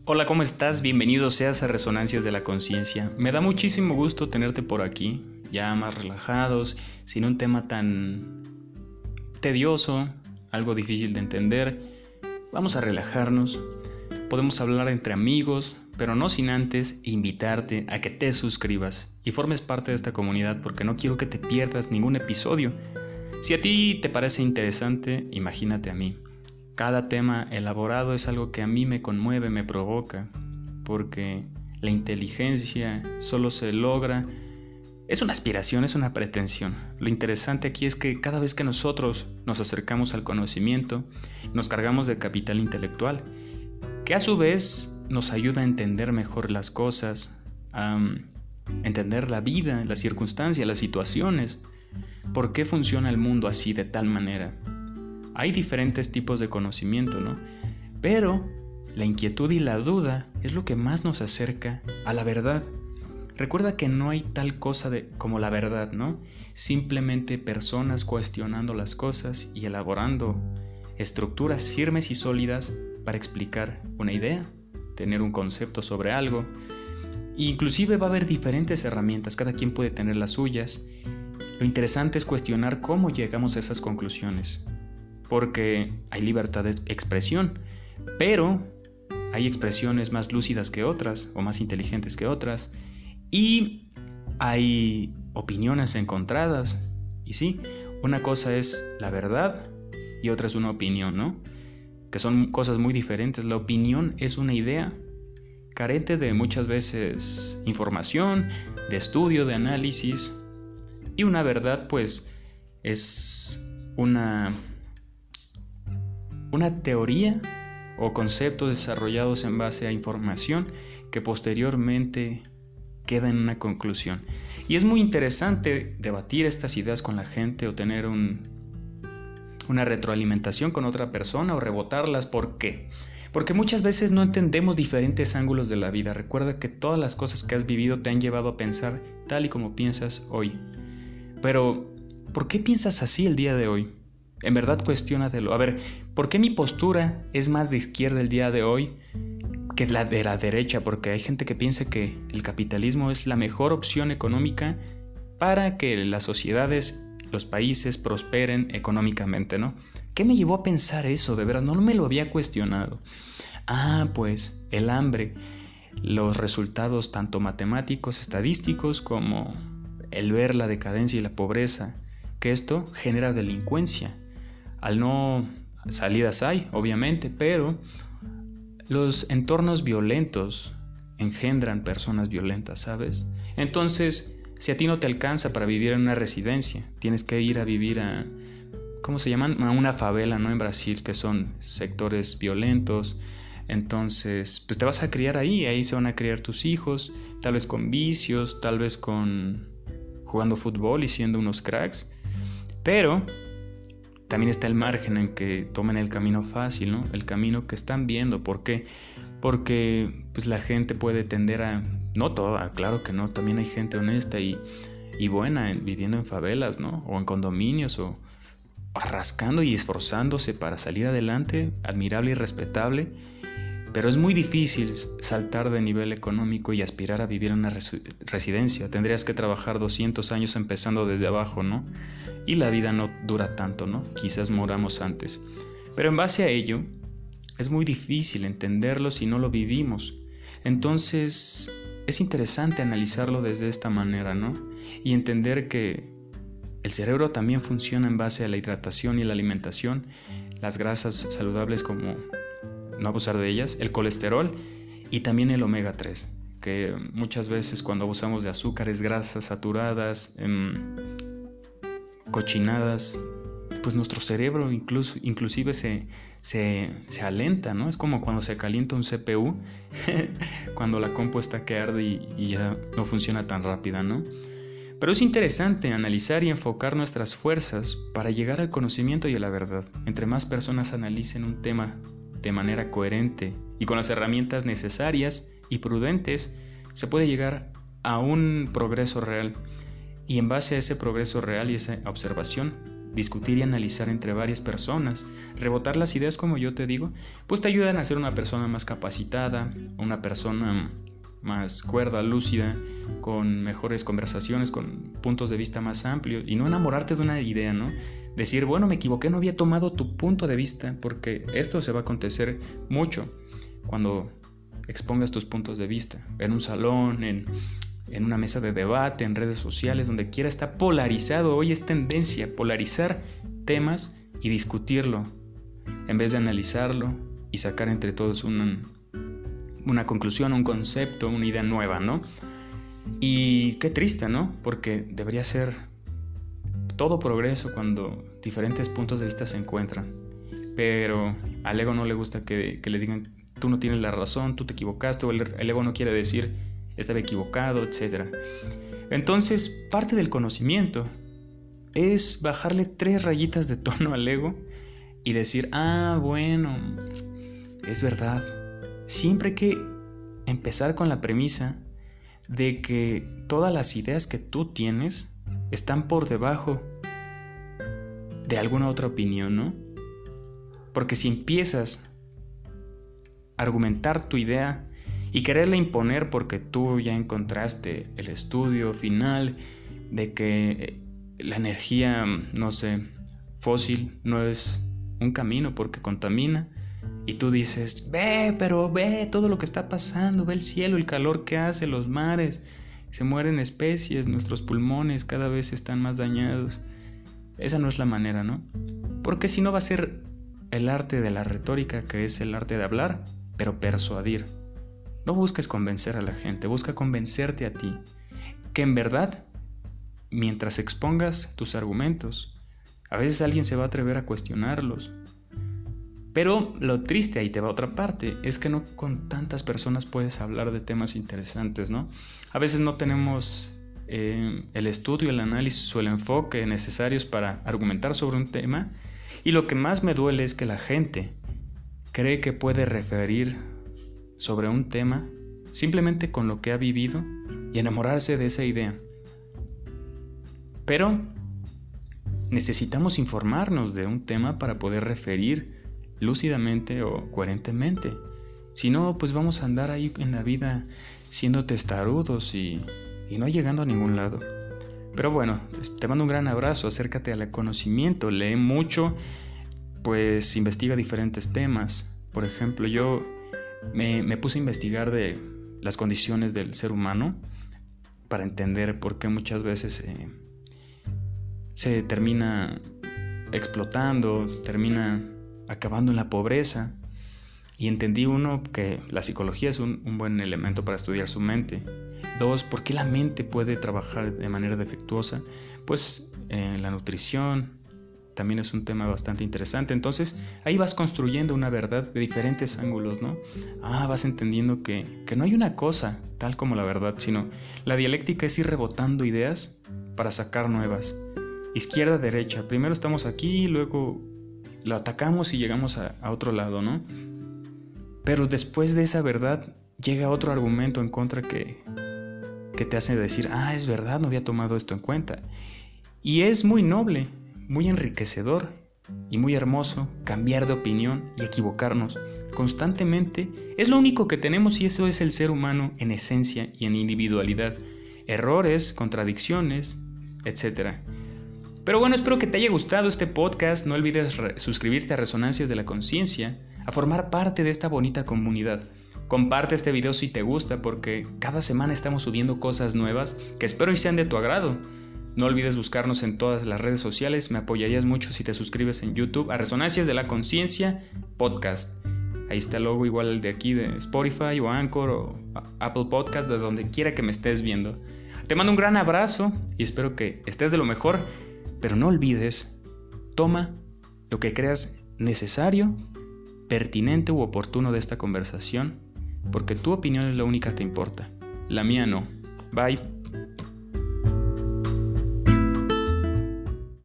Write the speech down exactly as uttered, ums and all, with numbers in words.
Hola, ¿cómo estás? Bienvenido seas a Resonancias de la Conciencia. Me da muchísimo gusto tenerte por aquí, ya más relajados, sin un tema tan tedioso, algo difícil de entender. Vamos a relajarnos, podemos hablar entre amigos, pero no sin antes invitarte a que te suscribas y formes parte de esta comunidad porque no quiero que te pierdas ningún episodio. Si a ti te parece interesante, imagínate a mí. Cada tema elaborado es algo que a mí me conmueve, me provoca, porque la inteligencia solo se logra, es una aspiración, es una pretensión. Lo interesante aquí es que cada vez que nosotros nos acercamos al conocimiento, nos cargamos de capital intelectual, que a su vez nos ayuda a entender mejor las cosas, a entender la vida, las circunstancias, las situaciones, por qué funciona el mundo así de tal manera. Hay diferentes tipos de conocimiento, ¿no? Pero la inquietud y la duda es lo que más nos acerca a la verdad. Recuerda que no hay tal cosa de, como la verdad, ¿no? Simplemente personas cuestionando las cosas y elaborando estructuras firmes y sólidas para explicar una idea, tener un concepto sobre algo. Inclusive va a haber diferentes herramientas, cada quien puede tener las suyas. Lo interesante es cuestionar cómo llegamos a esas conclusiones. Porque hay libertad de expresión, pero hay expresiones más lúcidas que otras o más inteligentes que otras y hay opiniones encontradas. Y sí, una cosa es la verdad y otra es una opinión, ¿no? Que son cosas muy diferentes. La opinión es una idea carente de muchas veces información, de estudio, de análisis, y una verdad pues es una... Una teoría o conceptos desarrollados en base a información que posteriormente queda en una conclusión. Y es muy interesante debatir estas ideas con la gente o tener un, una retroalimentación con otra persona o rebotarlas. ¿Por qué? Porque muchas veces no entendemos diferentes ángulos de la vida. Recuerda que todas las cosas que has vivido te han llevado a pensar tal y como piensas hoy. Pero, ¿por qué piensas así el día de hoy? En verdad, cuestiónatelo. A ver, ¿por qué mi postura es más de izquierda el día de hoy que la de la derecha? Porque hay gente que piensa que el capitalismo es la mejor opción económica para que las sociedades, los países prosperen económicamente, ¿no? ¿Qué me llevó a pensar eso? De veras, no me lo había cuestionado. Ah, pues, el hambre, los resultados tanto matemáticos, estadísticos, como el ver la decadencia y la pobreza, que esto genera delincuencia. Al no, salidas hay, obviamente, pero los entornos violentos engendran personas violentas, ¿sabes? Entonces, si a ti no te alcanza para vivir en una residencia, tienes que ir a vivir a, ¿cómo se llaman? A una favela, ¿no? En Brasil, que son sectores violentos. Entonces, pues te vas a criar ahí, ahí se van a criar tus hijos, tal vez con vicios, tal vez con jugando fútbol y siendo unos cracks. Pero también está el margen en que tomen el camino fácil, ¿no? El camino que están viendo. ¿Por qué? Porque pues la gente puede tender a... No toda, claro que no. También hay gente honesta y, y buena en, viviendo en favelas, ¿no? O en condominios o rascando y esforzándose para salir adelante. Admirable y respetable. Pero es muy difícil saltar de nivel económico y aspirar a vivir en una res- residencia. Tendrías que trabajar doscientos años empezando desde abajo, ¿no? Y la vida no dura tanto, ¿no? Quizás moramos antes. Pero en base a ello, es muy difícil entenderlo si no lo vivimos. Entonces, es interesante analizarlo desde esta manera, ¿no? Y entender que el cerebro también funciona en base a la hidratación y la alimentación, las grasas saludables como... no abusar de ellas, el colesterol y también el omega tres, que muchas veces cuando abusamos de azúcares, grasas saturadas, eh, cochinadas, pues nuestro cerebro incluso, inclusive se, se, se alenta, ¿no? Es como cuando se calienta un C P U, cuando la compu está que arde y, y ya no funciona tan rápida, ¿no? Pero es interesante analizar y enfocar nuestras fuerzas para llegar al conocimiento y a la verdad. Entre más personas analicen un tema de manera coherente y con las herramientas necesarias y prudentes, se puede llegar a un progreso real. Y en base a ese progreso real y esa observación, discutir y analizar entre varias personas, rebotar las ideas como yo te digo, pues te ayudan a ser una persona más capacitada, una persona más cuerda, lúcida, con mejores conversaciones, con puntos de vista más amplios y no enamorarte de una idea, ¿no? Decir, bueno, me equivoqué, no había tomado tu punto de vista, porque esto se va a acontecer mucho cuando expongas tus puntos de vista en un salón, en, en una mesa de debate, en redes sociales, donde quiera está polarizado. Hoy es tendencia polarizar temas y discutirlo en vez de analizarlo y sacar entre todos una, una conclusión, un concepto, una idea nueva, ¿no? Y qué triste, ¿no? Porque debería ser todo progreso cuando diferentes puntos de vista se encuentran. Pero al ego no le gusta que, que le digan, tú no tienes la razón, tú te equivocaste, o el, el ego no quiere decir, estaba equivocado, etcétera. Entonces, parte del conocimiento es bajarle tres rayitas de tono al ego y decir, ah, bueno, es verdad. Siempre hay que empezar con la premisa de que todas las ideas que tú tienes están por debajo de alguna otra opinión, ¿no? Porque si empiezas a argumentar tu idea y quererla imponer porque tú ya encontraste el estudio final de que la energía, no sé, fósil no es un camino porque contamina, y tú dices, ve, pero ve todo lo que está pasando, ve el cielo, el calor que hace, los mares, se mueren especies, nuestros pulmones cada vez están más dañados. Esa no es la manera, ¿no? Porque si no va a ser el arte de la retórica, que es el arte de hablar, pero persuadir. No busques convencer a la gente, busca convencerte a ti, que en verdad, mientras expongas tus argumentos, a veces alguien se va a atrever a cuestionarlos. Pero lo triste, ahí te va otra parte, es que no con tantas personas puedes hablar de temas interesantes, ¿no? A veces no tenemos eh, el estudio, el análisis o el enfoque necesarios para argumentar sobre un tema, y lo que más me duele es que la gente cree que puede referir sobre un tema simplemente con lo que ha vivido y enamorarse de esa idea. Pero necesitamos informarnos de un tema para poder referir lúcidamente o coherentemente. Si no, pues vamos a andar ahí en la vida siendo testarudos y, y no llegando a ningún lado. Pero bueno, te mando un gran abrazo, acércate al conocimiento, lee mucho, pues investiga diferentes temas. Por ejemplo, yo me, me puse a investigar de las condiciones del ser humano para entender por qué muchas veces eh, se termina explotando, termina acabando en la pobreza, y entendí, uno, que la psicología es un, un buen elemento para estudiar su mente. Dos, ¿por qué la mente puede trabajar de manera defectuosa? Pues eh, la nutrición también es un tema bastante interesante. Entonces ahí vas construyendo una verdad de diferentes ángulos, ¿no? Ah, vas entendiendo que, que no hay una cosa tal como la verdad, sino la dialéctica es ir rebotando ideas para sacar nuevas. Izquierda, derecha, primero estamos aquí, luego lo atacamos y llegamos a, a otro lado, ¿no? Pero después de esa verdad llega otro argumento en contra que, que te hace decir, ah, es verdad, no había tomado esto en cuenta. Y es muy noble, muy enriquecedor y muy hermoso cambiar de opinión y equivocarnos constantemente. Es lo único que tenemos, y eso es el ser humano en esencia y en individualidad. Errores, contradicciones, etcétera. Pero bueno, espero que te haya gustado este podcast. No olvides re- suscribirte a Resonancias de la Conciencia, a formar parte de esta bonita comunidad. Comparte este video si te gusta, porque cada semana estamos subiendo cosas nuevas que espero y sean de tu agrado. No olvides buscarnos en todas las redes sociales. Me apoyarías mucho si te suscribes en YouTube a Resonancias de la Conciencia Podcast. Ahí está el logo, igual el de aquí de Spotify o Anchor o Apple Podcast, de donde quiera que me estés viendo. Te mando un gran abrazo y espero que estés de lo mejor. Pero no olvides, toma lo que creas necesario, pertinente u oportuno de esta conversación, porque tu opinión es la única que importa. La mía no. Bye.